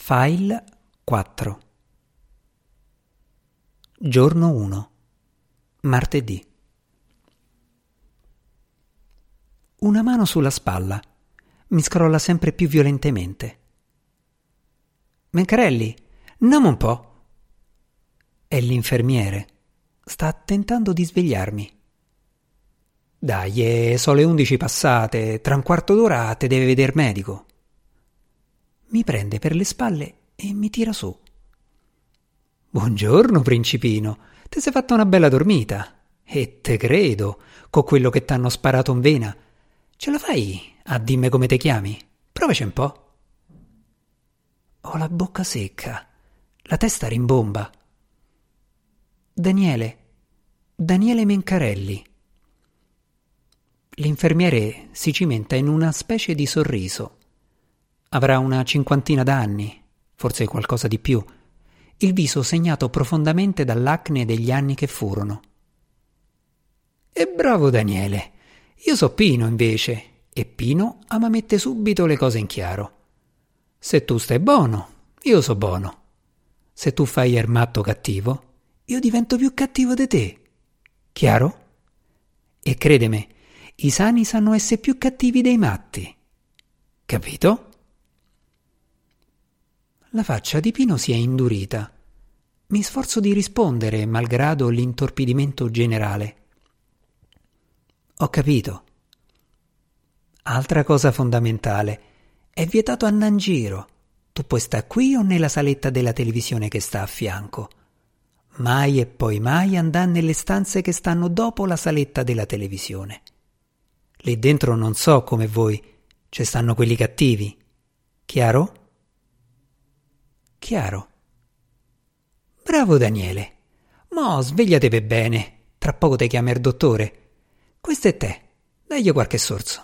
File 4. Giorno 1. Martedì. Una mano sulla spalla. Mi scrolla sempre più violentemente. Mencarelli, andiamo un po'. È l'infermiere. Sta tentando di svegliarmi. Dai, sono le 11 passate, tra un quarto d'ora te deve vedere medico. Mi prende per le spalle e mi tira su. Buongiorno, principino, ti sei fatta una bella dormita. E te credo, con quello che t'hanno sparato in vena. Ce la fai a dimmi come te chiami? Provaci un po'. Ho la bocca secca, la testa rimbomba. Daniele Mencarelli. L'infermiere si cimenta in una specie di sorriso. Avrà una 50 d'anni, forse qualcosa di più, il viso segnato profondamente dall'acne degli anni che furono. E bravo Daniele, io so Pino invece, e Pino ama mette subito le cose in chiaro. Se tu stai buono, io so buono. Se tu fai il matto cattivo, io divento più cattivo di te. Chiaro? E credeme, i sani sanno essere più cattivi dei matti. Capito? La faccia di Pino si è indurita. Mi sforzo di rispondere, malgrado l'intorpidimento generale. Ho capito. Altra cosa fondamentale. È vietato andare in giro. Tu puoi stare qui o nella saletta della televisione che sta a fianco. Mai e poi mai andare nelle stanze che stanno dopo la saletta della televisione. Lì dentro non so come voi, ci stanno quelli cattivi. Chiaro? Chiaro. Bravo Daniele. Mo' svegliate per bene, tra poco ti chiama il dottore. Questo è te, dagli qualche sorso.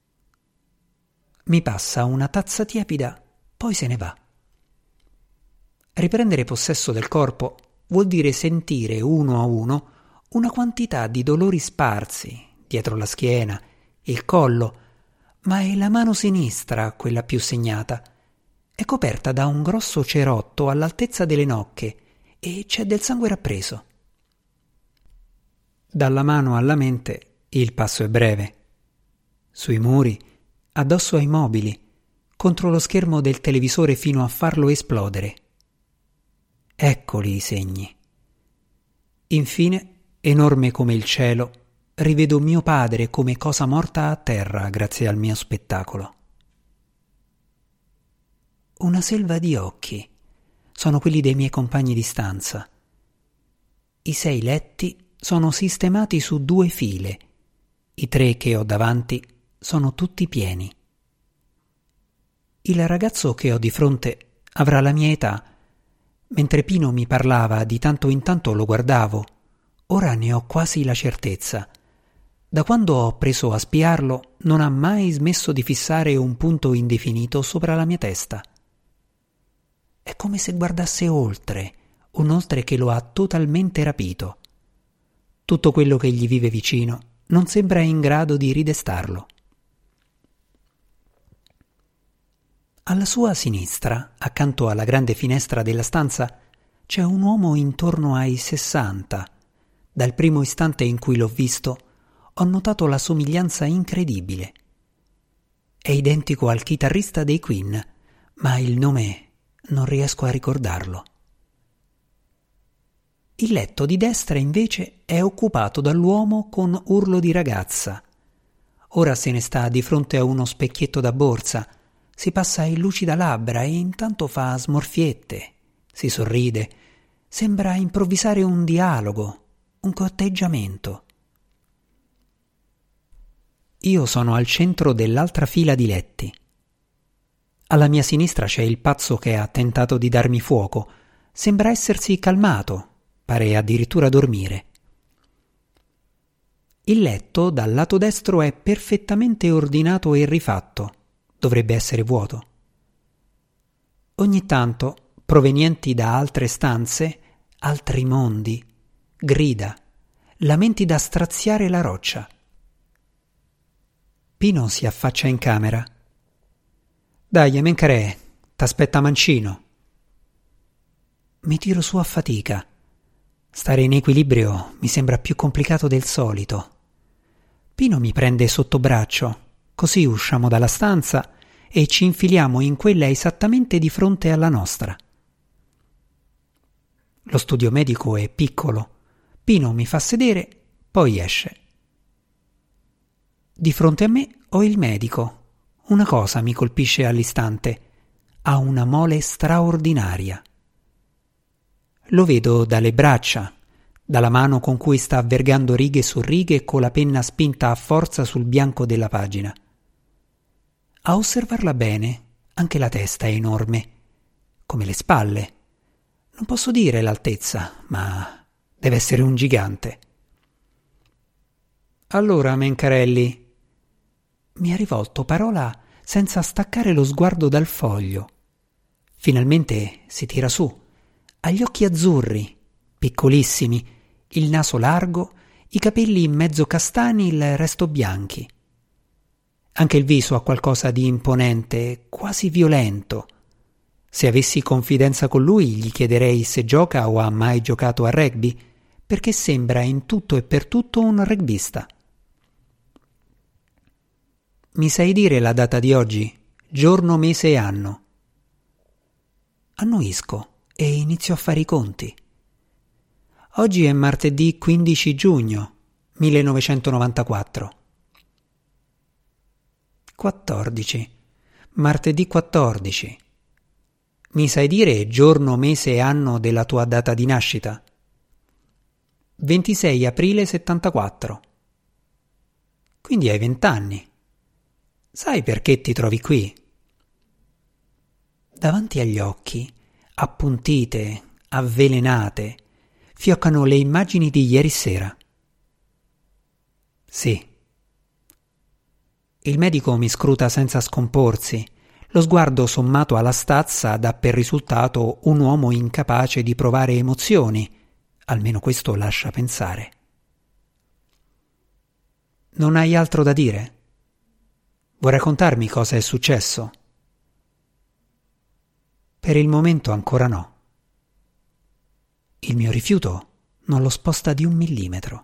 Mi passa una tazza tiepida, poi se ne va. Riprendere possesso del corpo vuol dire sentire uno a uno una quantità di dolori sparsi dietro la schiena, il collo, ma è la mano sinistra quella più segnata. È coperta da un grosso cerotto all'altezza delle nocche e c'è del sangue rappreso. Dalla mano alla mente il passo è breve. Sui muri, addosso ai mobili, contro lo schermo del televisore fino a farlo esplodere. Eccoli i segni. Infine, enorme come il cielo, rivedo mio padre come cosa morta a terra grazie al mio spettacolo. Una selva di occhi. Sono quelli dei miei compagni di stanza. I 6 letti sono sistemati su 2 file. I 3 che ho davanti sono tutti pieni. Il ragazzo che ho di fronte avrà la mia età. Mentre Pino mi parlava, di tanto in tanto lo guardavo. Ora ne ho quasi la certezza. Da quando ho preso a spiarlo, non ha mai smesso di fissare un punto indefinito sopra la mia testa. È come se guardasse oltre, un oltre che lo ha totalmente rapito. Tutto quello che gli vive vicino non sembra in grado di ridestarlo. Alla sua sinistra, accanto alla grande finestra della stanza, c'è un uomo intorno ai 60. Dal primo istante in cui l'ho visto, ho notato la somiglianza incredibile. È identico al chitarrista dei Queen, ma il nome non riesco a ricordarlo. Il letto di destra invece è occupato dall'uomo con urlo di ragazza. Ora se ne sta di fronte a uno specchietto da borsa, si passa il lucida labbra e intanto fa smorfiette, si sorride, sembra improvvisare un dialogo, un corteggiamento. Io sono al centro dell'altra fila di letti. Alla mia sinistra c'è il pazzo che ha tentato di darmi fuoco. Sembra essersi calmato, pare addirittura dormire. Il letto dal lato destro è perfettamente ordinato e rifatto. Dovrebbe essere vuoto. Ogni tanto, provenienti da altre stanze, altri mondi, grida, lamenti da straziare la roccia. Pino si affaccia in camera. Dai, Mencarè, t'aspetta Mancino. mi tiro su a fatica. Stare in equilibrio mi sembra più complicato del solito. Pino mi prende sotto braccio, così usciamo dalla stanza e ci infiliamo in quella esattamente di fronte alla nostra. Lo studio medico è piccolo. Pino mi fa sedere, poi esce. Di fronte a me ho il medico. Una cosa mi colpisce all'istante. Ha una mole straordinaria. Lo vedo dalle braccia, dalla mano con cui sta vergando righe su righe con la penna spinta a forza sul bianco della pagina. A osservarla bene, anche la testa è enorme, come le spalle. Non posso dire l'altezza, ma deve essere un gigante. Allora, Mencarelli, mi ha rivolto parola senza staccare lo sguardo dal foglio. Finalmente si tira su. Ha gli occhi azzurri, piccolissimi, il naso largo, i capelli mezzo castani, il resto bianchi. Anche il viso ha qualcosa di imponente, quasi violento. Se avessi confidenza con lui gli chiederei se gioca o ha mai giocato a rugby, perché sembra in tutto e per tutto un rugbista. Mi sai dire la data di oggi? Giorno, mese e anno. Annuisco e inizio a fare i conti. Oggi è martedì 15 giugno 1994. 14. Martedì 14. Mi sai dire giorno, mese e anno della tua data di nascita? 26 aprile 74. Quindi hai 20 anni. Sai perché ti trovi qui? Davanti agli occhi, appuntite, avvelenate, fioccano le immagini di ieri sera. Sì. Il medico mi scruta senza scomporsi. Lo sguardo sommato alla stazza dà per risultato un uomo incapace di provare emozioni, almeno questo lascia pensare. Non hai altro da dire? Vuoi raccontarmi cosa è successo? Per il momento ancora no. Il mio rifiuto non lo sposta di 1 millimetro.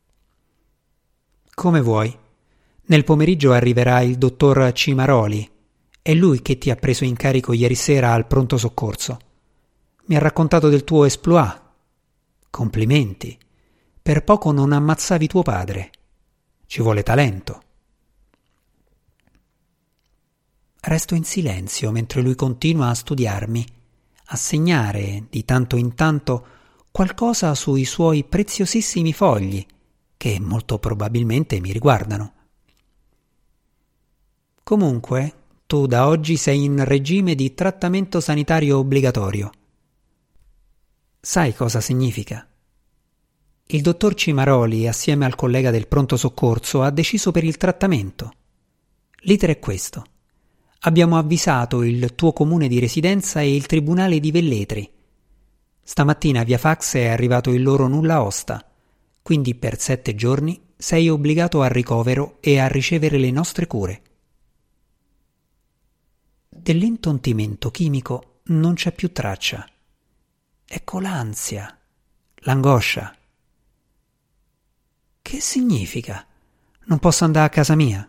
Come vuoi. Nel pomeriggio arriverà il dottor Cimaroli. È lui che ti ha preso in carico ieri sera al pronto soccorso. Mi ha raccontato del tuo exploit. Complimenti. Per poco non ammazzavi tuo padre. Ci vuole talento. Resto in silenzio mentre lui continua a studiarmi, a segnare di tanto in tanto qualcosa sui suoi preziosissimi fogli, che molto probabilmente mi riguardano. Comunque, tu da oggi sei in regime di trattamento sanitario obbligatorio. Sai cosa significa? Il dottor Cimaroli, assieme al collega del pronto soccorso, ha deciso per il trattamento. L'iter è questo. Abbiamo avvisato il tuo comune di residenza e il tribunale di Velletri. Stamattina via fax è arrivato il loro nulla osta, quindi per 7 giorni sei obbligato a ricovero e a ricevere le nostre cure. Dell'intontimento chimico non c'è più traccia. Ecco l'ansia, l'angoscia. Che significa? Non posso andare a casa mia?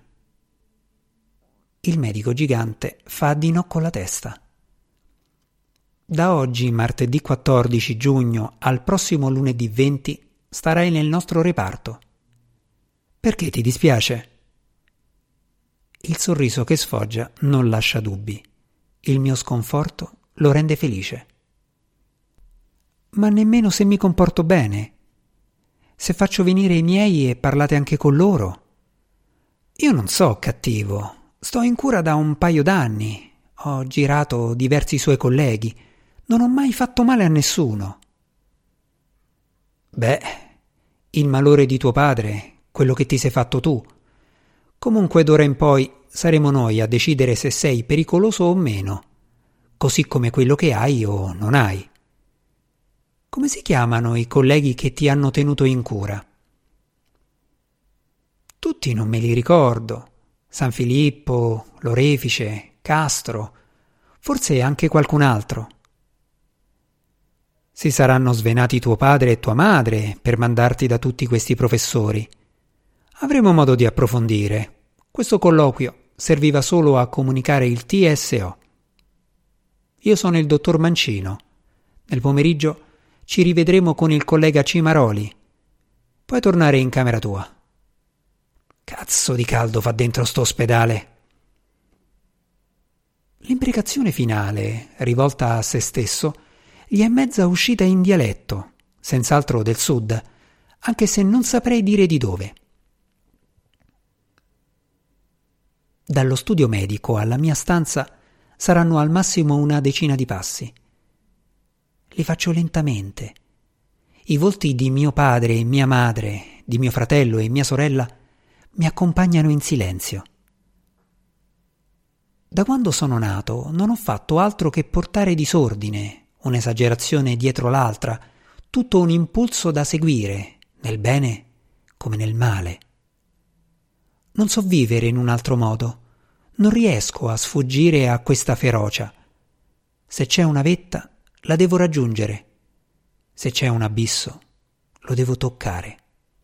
Il medico gigante fa di no con la testa. Da oggi, martedì 14 giugno, al prossimo lunedì 20, starai nel nostro reparto. Perché ti dispiace? Il sorriso che sfoggia non lascia dubbi. Il mio sconforto lo rende felice. Ma nemmeno se mi comporto bene. Se faccio venire i miei e parlate anche con loro. Io non so cattivo. Sto in cura da un paio d'anni. Ho girato diversi suoi colleghi. Non ho mai fatto male a nessuno. Beh, il malore di tuo padre, quello che ti sei fatto tu. Comunque d'ora in poi saremo noi a decidere se sei pericoloso o meno, così come quello che hai o non hai. Come si chiamano i colleghi che ti hanno tenuto in cura? Tutti non me li ricordo. San Filippo, Lorefice, Castro, forse anche qualcun altro. Si saranno svenati tuo padre e tua madre per mandarti da tutti questi professori. Avremo modo di approfondire. Questo colloquio serviva solo a comunicare il TSO. Io sono il dottor Mancino. Nel pomeriggio ci rivedremo con il collega Cimaroli. Puoi tornare in camera tua. Cazzo di caldo fa dentro sto ospedale. L'imprecazione finale, rivolta a se stesso, gli è mezza uscita in dialetto, senz'altro del sud, anche se non saprei dire di dove. Dallo studio medico alla mia stanza saranno al massimo una decina di passi. Li faccio lentamente. I volti di mio padre e mia madre, di mio fratello e mia sorella mi accompagnano in silenzio. Da quando sono nato non ho fatto altro che portare disordine, un'esagerazione dietro l'altra, tutto un impulso da seguire, nel bene come nel male. Non so vivere in un altro modo, non riesco a sfuggire a questa ferocia. Se c'è una vetta, la devo raggiungere. Se c'è un abisso, lo devo toccare.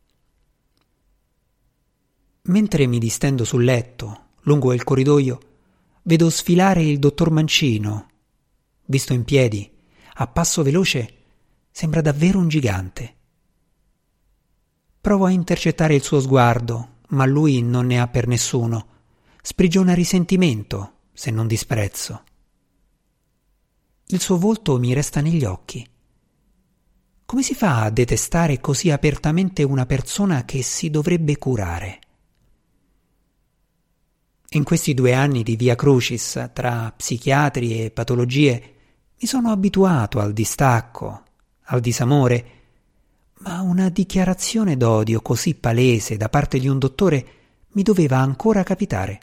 Mentre mi distendo sul letto, lungo il corridoio, vedo sfilare il dottor Mancino. Visto in piedi, a passo veloce, sembra davvero un gigante. Provo a intercettare il suo sguardo, ma lui non ne ha per nessuno. Sprigiona risentimento, se non disprezzo. Il suo volto mi resta negli occhi. Come si fa a detestare così apertamente una persona che si dovrebbe curare? In questi 2 anni di via crucis, tra psichiatri e patologie, mi sono abituato al distacco, al disamore, ma una dichiarazione d'odio così palese da parte di un dottore mi doveva ancora capitare.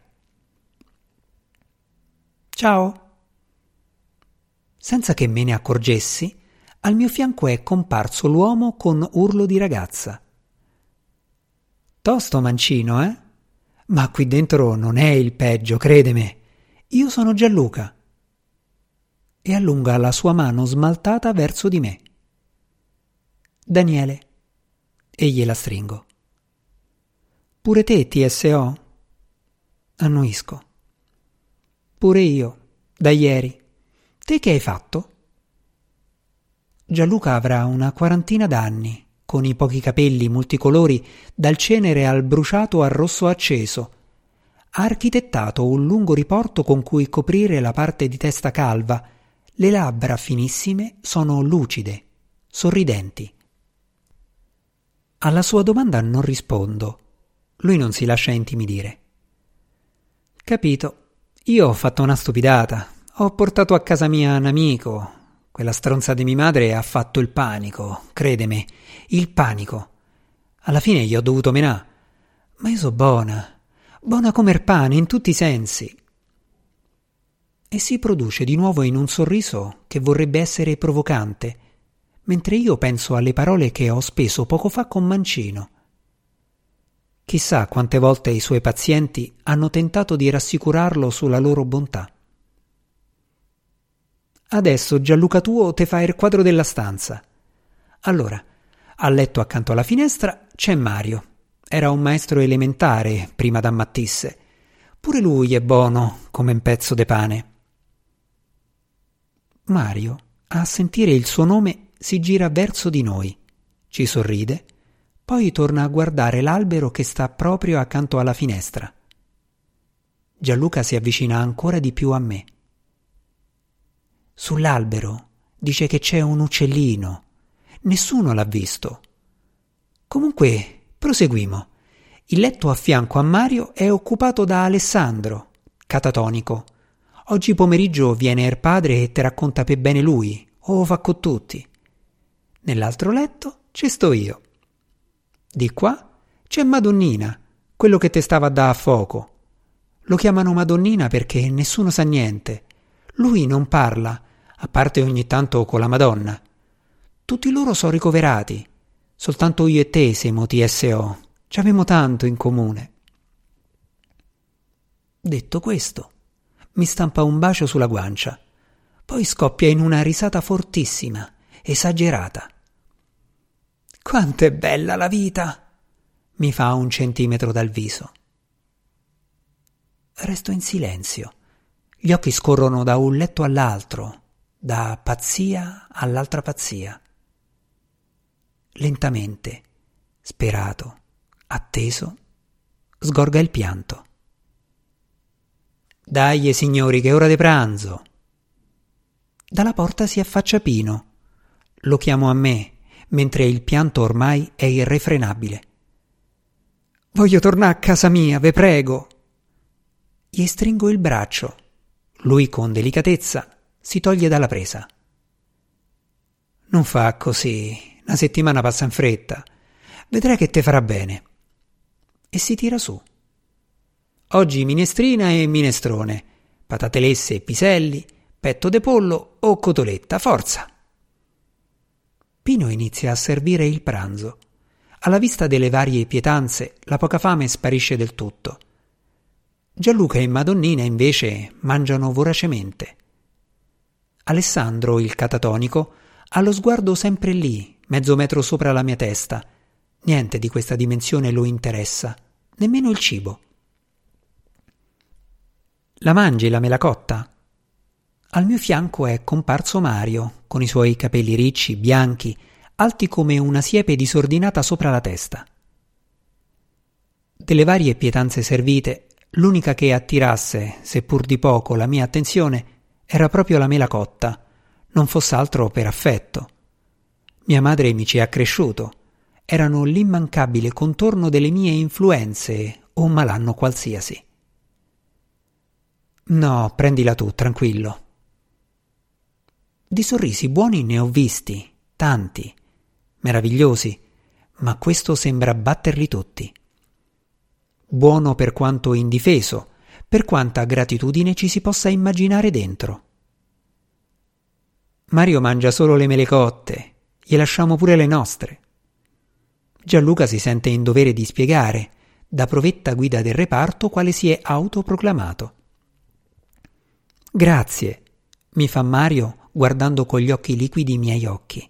Ciao! Senza che me ne accorgessi, al mio fianco è comparso l'uomo con urlo di ragazza. Tosto Mancino, eh? Ma qui dentro non è il peggio, credeme. Io sono Gianluca. E allunga la sua mano smaltata verso di me. Daniele. E gliela stringo. Pure te, TSO? Annuisco. Pure io, da ieri. Te che hai fatto? Gianluca avrà una 40 d'anni, con i pochi capelli multicolori dal cenere al bruciato al rosso acceso. Ha architettato un lungo riporto con cui coprire la parte di testa calva. Le labbra finissime sono lucide, sorridenti. Alla sua domanda non rispondo. Lui non si lascia intimidire. Capito. Io ho fatto una stupidata. Ho portato a casa mia un amico. Quella stronza di mia madre ha fatto il panico, credeme, il panico. Alla fine gli ho dovuto menà. Ma io so buona come il pane in tutti i sensi. E si produce di nuovo in un sorriso che vorrebbe essere provocante, mentre io penso alle parole che ho speso poco fa con Mancino. Chissà quante volte i suoi pazienti hanno tentato di rassicurarlo sulla loro bontà. Adesso Gianluca tuo te fa il quadro della stanza. Allora, al letto accanto alla finestra c'è Mario. Era un maestro elementare prima d'ammattisse. Pure lui è buono come un pezzo de pane. Mario, a sentire il suo nome, si gira verso di noi, ci sorride, poi torna a guardare l'albero che sta proprio accanto alla finestra. Gianluca si avvicina ancora di più a me. Sull'albero dice che c'è un uccellino. Nessuno l'ha visto. Comunque, proseguimo. Il letto a fianco a Mario è occupato da Alessandro, catatonico. Oggi pomeriggio viene il padre e te racconta per bene lui, o fa con tutti. Nell'altro letto ci sto io. Di qua c'è Madonnina, quello che te stava a da a fuoco. Lo chiamano Madonnina perché nessuno sa niente. Lui non parla, a parte ogni tanto con la Madonna. Tutti loro sono ricoverati. Soltanto io e te siamo TSO. Ci avemo tanto in comune. Detto questo, mi stampa un bacio sulla guancia. Poi scoppia in una risata fortissima esagerata. «Quanto è bella la vita!» mi fa a 1 centimetro dal viso. Resto in silenzio. Gli occhi scorrono da un letto all'altro, da pazzia all'altra pazzia. Lentamente, sperato, atteso, sgorga il pianto. «Dai, signori, che è ora di pranzo!» Dalla porta si affaccia Pino. Lo chiamo a me, mentre il pianto ormai è irrefrenabile. «Voglio tornare a casa mia, ve prego!» Gli stringo il braccio. Lui con delicatezza si toglie dalla presa. «Non fa così, 1 settimana passa in fretta. Vedrai che te farà bene». E si tira su. «Oggi minestrina e minestrone, patate lesse e piselli, petto de pollo o cotoletta, forza!» Pino inizia a servire il pranzo. Alla vista delle varie pietanze, la poca fame sparisce del tutto. Gianluca e Madonnina, invece, mangiano voracemente. Alessandro, il catatonico, ha lo sguardo sempre lì, mezzo metro sopra la mia testa. Niente di questa dimensione lo interessa, nemmeno il cibo. «La mangi la melacotta?» Al mio fianco è comparso Mario, con i suoi capelli ricci, bianchi, alti come una siepe disordinata sopra la testa. Delle varie pietanze servite, l'unica che attirasse, seppur di poco, la mia attenzione era proprio la melacotta, non fosse altro per affetto. Mia madre mi ci ha cresciuto, erano l'immancabile contorno delle mie influenze o un malanno qualsiasi. «No, prendila tu, tranquillo». Di sorrisi buoni ne ho visti, tanti, meravigliosi, ma questo sembra batterli tutti. Buono per quanto indifeso, per quanta gratitudine ci si possa immaginare dentro. «Mario mangia solo le mele cotte, gli lasciamo pure le nostre». Gianluca si sente in dovere di spiegare, da provetta guida del reparto, quale si è autoproclamato. «Grazie», mi fa Mario guardando con gli occhi liquidi i miei occhi.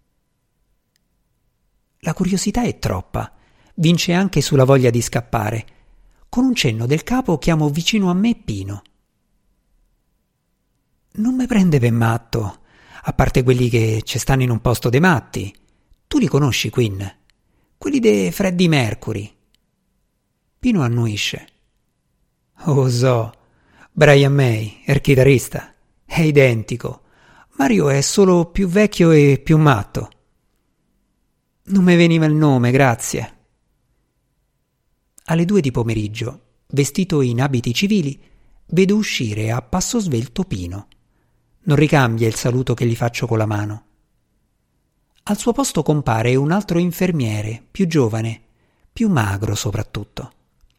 La curiosità è troppa, vince anche sulla voglia di scappare. Con un cenno del capo chiamo vicino a me Pino. «Non me prende per matto, a parte quelli che ci stanno in un posto dei matti. Tu li conosci, Quinn? Quelli de Freddie Mercury». Pino annuisce. «Oh so, Brian May, il chitarrista, è identico. Mario è solo più vecchio e più matto». «Non me veniva il nome, grazie». Alle 2 di pomeriggio, vestito in abiti civili, vedo uscire a passo svelto Pino. Non ricambia il saluto che gli faccio con la mano. Al suo posto compare un altro infermiere, più giovane, più magro soprattutto.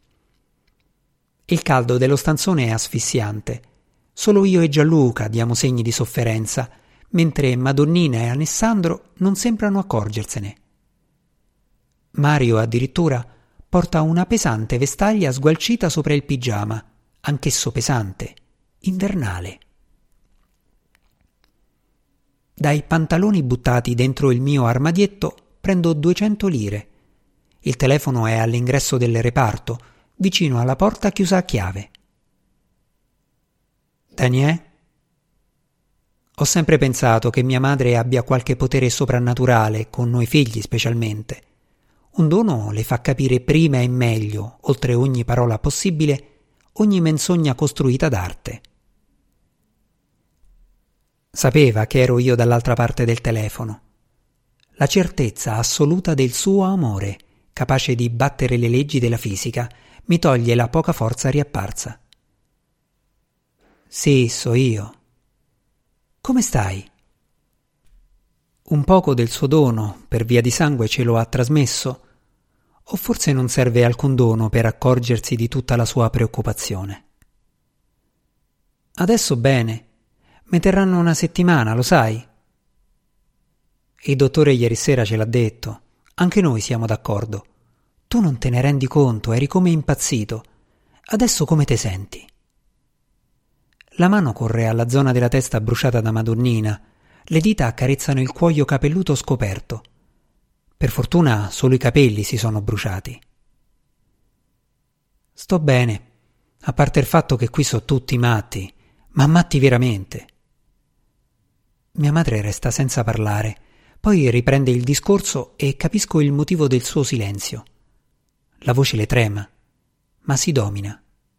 Il caldo dello stanzone è asfissiante. Solo io e Gianluca diamo segni di sofferenza, mentre Madonnina e Alessandro non sembrano accorgersene. Mario addirittura porta una pesante vestaglia sgualcita sopra il pigiama, anch'esso pesante, invernale. Dai pantaloni buttati dentro il mio armadietto prendo 200 lire. Il telefono è all'ingresso del reparto, vicino alla porta chiusa a chiave. «Daniè?» Ho sempre pensato che mia madre abbia qualche potere soprannaturale, con noi figli specialmente. Un dono le fa capire prima e meglio, oltre ogni parola possibile, ogni menzogna costruita d'arte. Sapeva che ero io dall'altra parte del telefono. La certezza assoluta del suo amore, capace di battere le leggi della fisica, mi toglie la poca forza riapparsa. «Sì, so io». «Come stai?» Un poco del suo dono, per via di sangue, ce lo ha trasmesso, o forse non serve alcun dono per accorgersi di tutta la sua preoccupazione. «Adesso bene, mi terranno 1 settimana, lo sai?» Il dottore ieri sera ce l'ha detto, anche noi siamo d'accordo. Tu non te ne rendi conto, eri come impazzito. Adesso come te senti? La mano corre alla zona della testa bruciata da Madonnina, Le dita accarezzano il cuoio capelluto scoperto. Per fortuna solo i capelli si sono bruciati. Sto bene, a parte il fatto che qui sono tutti matti, ma matti veramente. Mia madre resta senza parlare, poi riprende il discorso e capisco il motivo del suo silenzio. La voce le trema, ma si domina.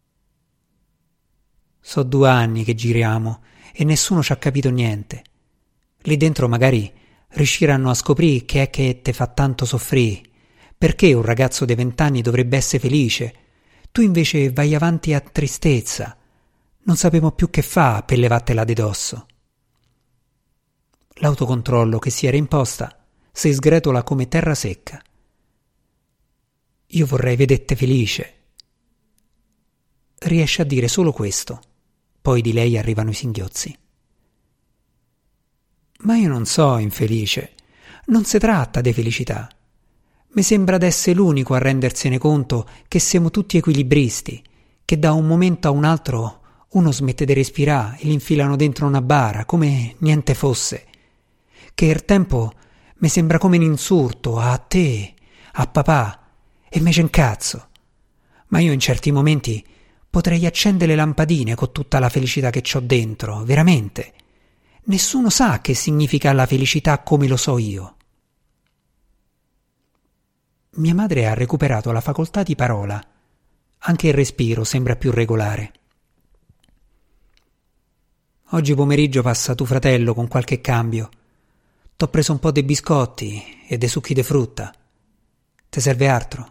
So 2 anni che giriamo e nessuno ci ha capito niente. Lì dentro magari riusciranno a scoprire che è che te fa tanto soffrire, perché un ragazzo dei 20 anni dovrebbe essere felice. Tu invece vai avanti a tristezza. Non sapemo più che fa per levartela di dosso. L'autocontrollo che si era imposta si sgretola come terra secca. Io vorrei vedette felice. Riesce a dire solo questo. Poi di lei arrivano i singhiozzi. Ma io non so infelice. Non si tratta di felicità. Mi sembra d'essere l'unico a rendersene conto che siamo tutti equilibristi, che da un momento a un altro uno smette di respirare e l'infilano dentro una bara come niente fosse. Che il tempo mi sembra come un insulto a te, a papà, e me incazzo. Ma io in certi momenti potrei accendere le lampadine con tutta la felicità che c'ho dentro, veramente. Nessuno sa che significa la felicità come lo so io. Mia madre ha recuperato la facoltà di parola. Anche il respiro sembra più regolare. Oggi pomeriggio passa tuo fratello con qualche cambio. T'ho preso un po' dei biscotti e dei succhi di frutta. Te serve altro?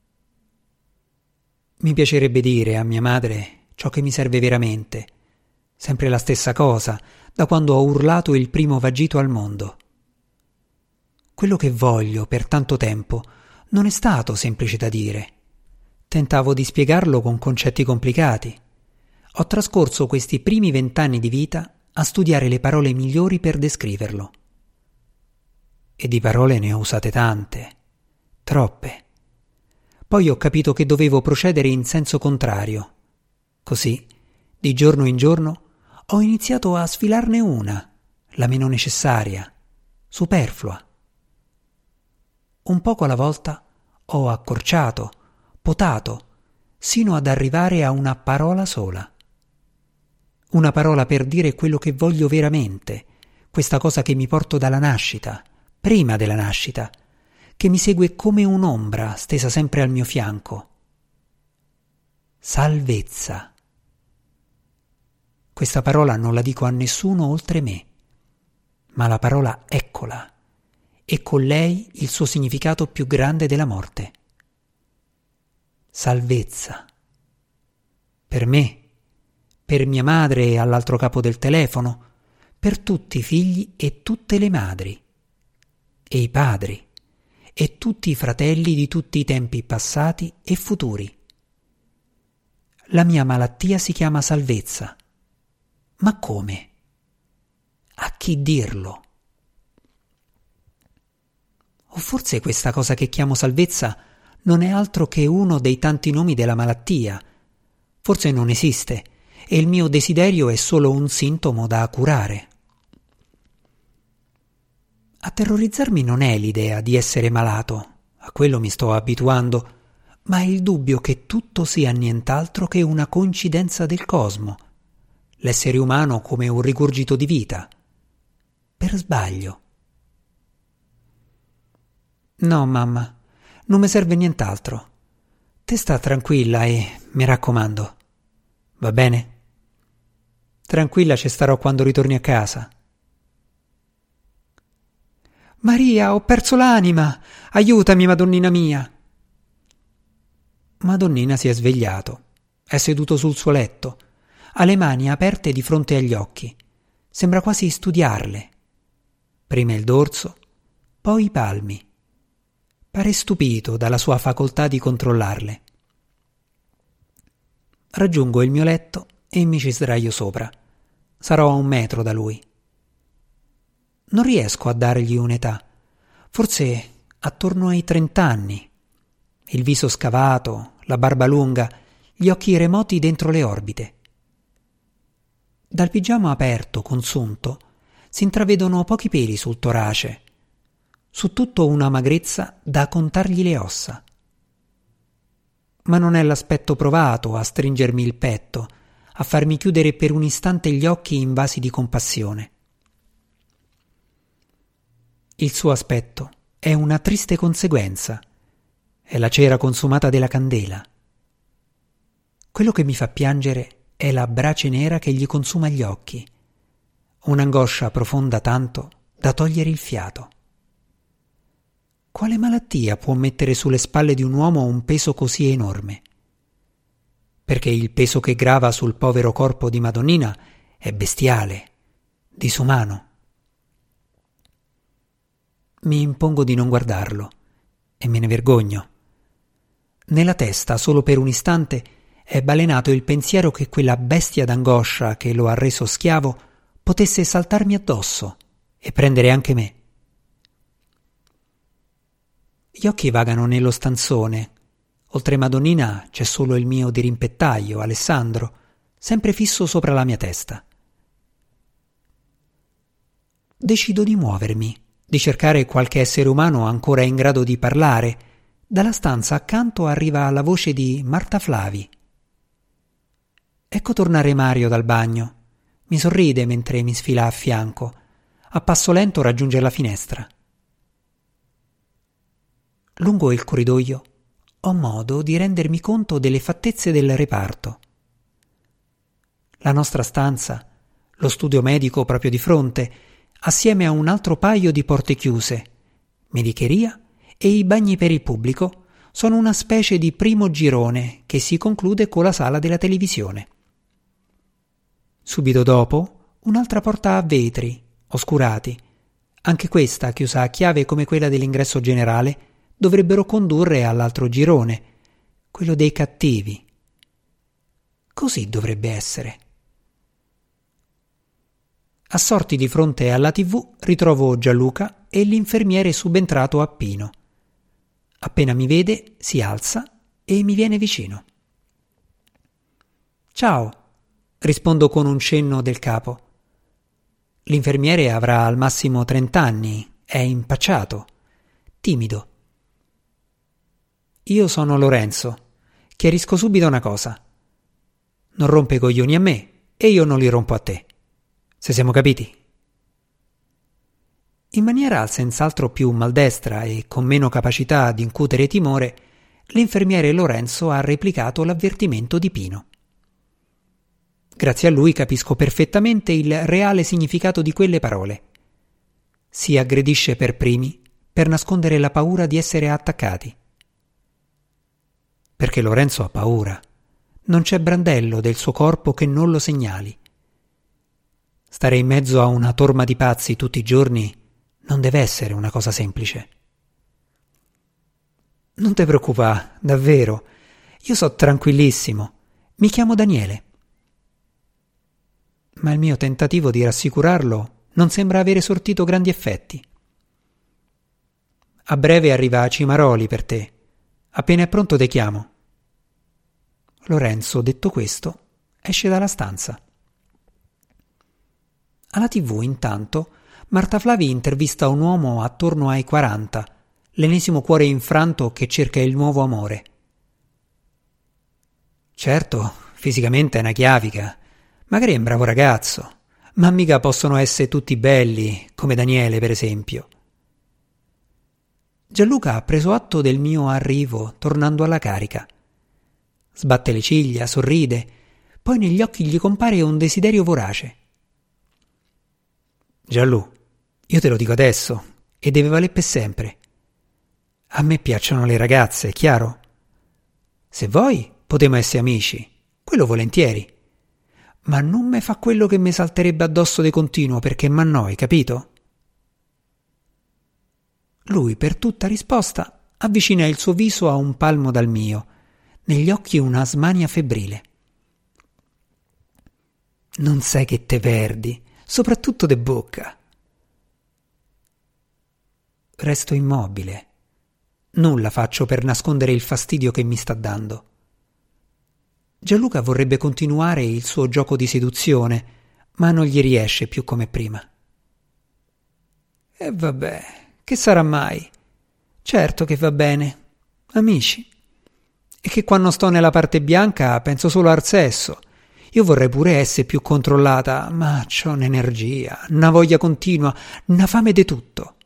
Mi piacerebbe dire a mia madre ciò che mi serve veramente. Sempre la stessa cosa, da quando ho urlato il primo vagito al mondo. Quello che voglio per tanto tempo non è stato semplice da dire. Tentavo di spiegarlo con concetti complicati. Ho trascorso questi primi 20 anni di vita a studiare le parole migliori per descriverlo. E di parole ne ho usate tante, troppe. Poi ho capito che dovevo procedere in senso contrario. Così, di giorno in giorno, ho iniziato a sfilarne una, la meno necessaria, superflua. Un poco alla volta ho accorciato, potato, sino ad arrivare a una parola sola. Una parola per dire quello che voglio veramente, questa cosa che mi porto dalla nascita, prima della nascita, che mi segue come un'ombra stesa sempre al mio fianco. Salvezza. Questa parola non la dico a nessuno oltre me, ma la parola eccola, e con lei il suo significato più grande della morte. Salvezza. Per me, per mia madre all'altro capo del telefono, per tutti i figli e tutte le madri, e i padri, e tutti i fratelli di tutti i tempi passati e futuri. La mia malattia si chiama salvezza. Ma come? A chi dirlo? O forse questa cosa che chiamo salvezza non è altro che uno dei tanti nomi della malattia. Forse non esiste e il mio desiderio è solo un sintomo da curare. A terrorizzarmi non è l'idea di essere malato, a quello mi sto abituando, ma il dubbio che tutto sia nient'altro che una coincidenza del cosmo, l'essere umano come un rigurgito di vita, per sbaglio. No, mamma, non mi serve nient'altro. Te sta tranquilla e mi raccomando. Va bene? Tranquilla ci starò quando ritorni a casa. Maria, ho perso l'anima! Aiutami, Madonnina mia! Madonnina si è svegliato. È seduto sul suo letto. Ha le mani aperte di fronte agli occhi. Sembra quasi studiarle. Prima il dorso, poi i palmi. Pare stupito dalla sua facoltà di controllarle. Raggiungo il mio letto e mi ci sdraio sopra. Sarò a 1 metro da lui. Non riesco a dargli un'età. Forse attorno ai 30 anni. Il viso scavato, la barba lunga, gli occhi remoti dentro le orbite. Dal pigiama aperto, consunto, si intravedono pochi peli sul torace, su tutto una magrezza da contargli le ossa. Ma non è l'aspetto provato a stringermi il petto, a farmi chiudere per un istante gli occhi invasi di compassione. Il suo aspetto è una triste conseguenza, è la cera consumata della candela. Quello che mi fa piangere è la brace nera che gli consuma gli occhi, un'angoscia profonda tanto da togliere il fiato. Quale malattia può mettere sulle spalle di un uomo un peso così enorme? Perché il peso che grava sul povero corpo di Madonnina è bestiale, disumano. Mi impongo di non guardarlo e me ne vergogno. Nella testa, solo per un istante, è balenato il pensiero che quella bestia d'angoscia che lo ha reso schiavo potesse saltarmi addosso e prendere anche me. Gli occhi vagano nello stanzone. Oltre Madonnina c'è solo il mio dirimpettaio, Alessandro, sempre fisso sopra la mia testa. Decido di muovermi, di cercare qualche essere umano ancora in grado di parlare. Dalla stanza accanto arriva la voce di Marta Flavi. Ecco tornare Mario dal bagno. Mi sorride mentre mi sfila a fianco. A passo lento raggiunge la finestra. Lungo il corridoio ho modo di rendermi conto delle fattezze del reparto. La nostra stanza, lo studio medico proprio di fronte, assieme a un altro paio di porte chiuse, medicheria e i bagni per il pubblico, sono una specie di primo girone che si conclude con la sala della televisione. Subito dopo, un'altra porta a vetri, oscurati, anche questa chiusa a chiave come quella dell'ingresso generale, dovrebbero condurre all'altro girone, quello dei cattivi. Così dovrebbe essere. Assorti di fronte alla TV ritrovo Gianluca e l'infermiere subentrato a Pino. Appena mi vede, si alza e mi viene vicino. «Ciao», rispondo con un cenno del capo. L'infermiere avrà al massimo 30 anni, è impacciato, timido. «Io sono Lorenzo. Chiarisco subito una cosa. Non rompe i coglioni a me e io non li rompo a te. Se siamo capiti?» In maniera senz'altro più maldestra e con meno capacità di incutere timore, l'infermiere Lorenzo ha replicato l'avvertimento di Pino. Grazie a lui capisco perfettamente il reale significato di quelle parole. Si aggredisce per primi per nascondere la paura di essere attaccati. Perché Lorenzo ha paura. Non c'è brandello del suo corpo che non lo segnali. Stare in mezzo a una torma di pazzi tutti i giorni non deve essere una cosa semplice. «Non ti preoccupare, davvero. Io so tranquillissimo. Mi chiamo Daniele». Ma il mio tentativo di rassicurarlo non sembra avere sortito grandi effetti. «A breve arriva Cimaroli per te. Appena è pronto te chiamo». Lorenzo, detto questo, esce dalla stanza. Alla TV, intanto, Marta Flavi intervista un uomo attorno ai 40, l'ennesimo cuore infranto che cerca il nuovo amore. Certo, fisicamente è una chiavica, magari è un bravo ragazzo, ma mica possono essere tutti belli, come Daniele, per esempio. Gianluca ha preso atto del mio arrivo, tornando alla carica. Sbatte le ciglia, sorride, poi negli occhi gli compare un desiderio vorace. «Gianlu, io te lo dico adesso, e deve valere per sempre. A me piacciono le ragazze, chiaro? Se vuoi, potremo essere amici, quello volentieri. Ma non me fa quello che mi salterebbe addosso de continuo perché m'annoi, capito?» Lui, per tutta risposta, avvicina il suo viso a un palmo dal mio, negli occhi una smania febbrile. «Non sai che te perdi, soprattutto de bocca». Resto immobile. Nulla faccio per nascondere il fastidio che mi sta dando. Gianluca vorrebbe continuare il suo gioco di seduzione, ma non gli riesce più come prima. E vabbè, che sarà mai? Certo che va bene. Amici. E che quando sto nella parte bianca penso solo al sesso. Io vorrei pure essere più controllata, ma c'ho un'energia, una voglia continua, una fame di tutto.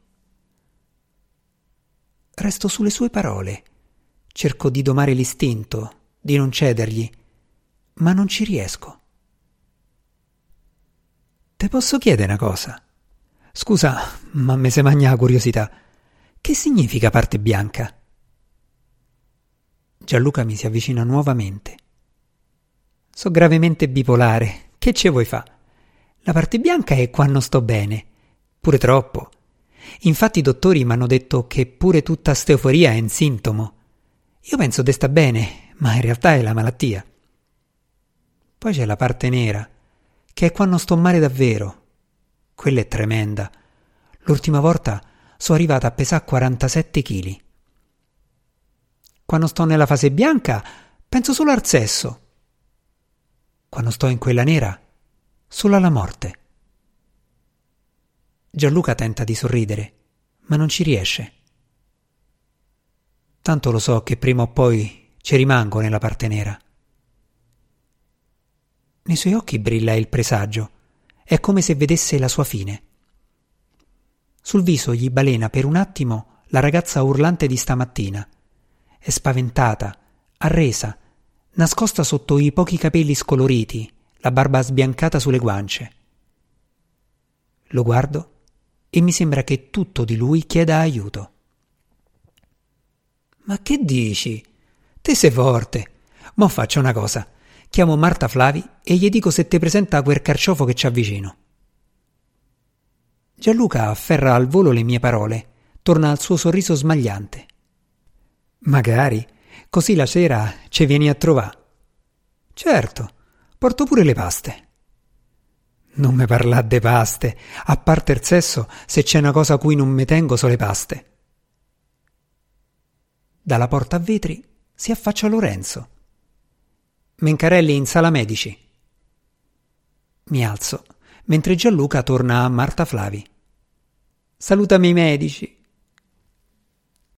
Resto sulle sue parole. Cerco di domare l'istinto, di non cedergli, ma non ci riesco. Te posso chiedere una cosa? Scusa, ma me se magna la curiosità. Che significa parte bianca? Gianluca mi si avvicina nuovamente. So gravemente bipolare, che ce vuoi fa? La parte bianca è quando sto bene, pure troppo. Infatti i dottori mi hanno detto che pure tutta sta euforia è un sintomo. Io penso de sta bene, ma in realtà è la malattia. Poi c'è la parte nera, che è quando sto male davvero. Quella è tremenda. L'ultima volta sono arrivata a pesare 47 kg. Quando sto nella fase bianca penso solo al sesso. Quando sto in quella nera, solo alla morte. Gianluca tenta di sorridere, ma non ci riesce. Tanto lo so che prima o poi ci rimango nella parte nera. Nei suoi occhi brilla il presagio. È come se vedesse la sua fine. Sul viso gli balena per un attimo la ragazza urlante di stamattina. È spaventata, arresa, nascosta sotto i pochi capelli scoloriti, la barba sbiancata sulle guance. Lo guardo e mi sembra che tutto di lui chieda aiuto. Ma che dici? Te sei forte. Mo faccio una cosa. Chiamo Marta Flavi e gli dico se te presenta quel carciofo che c'ha vicino. Gianluca afferra al volo le mie parole, torna al suo sorriso smagliante. Magari, così la sera ci vieni a trovare. Certo, porto pure le paste. Non me parlà de paste, a parte il sesso, se c'è una cosa a cui non me tengo so le paste. Dalla porta a vetri si affaccia Lorenzo. Mencarelli in sala medici. Mi alzo, mentre Gianluca torna a Marta Flavi. Salutami i medici.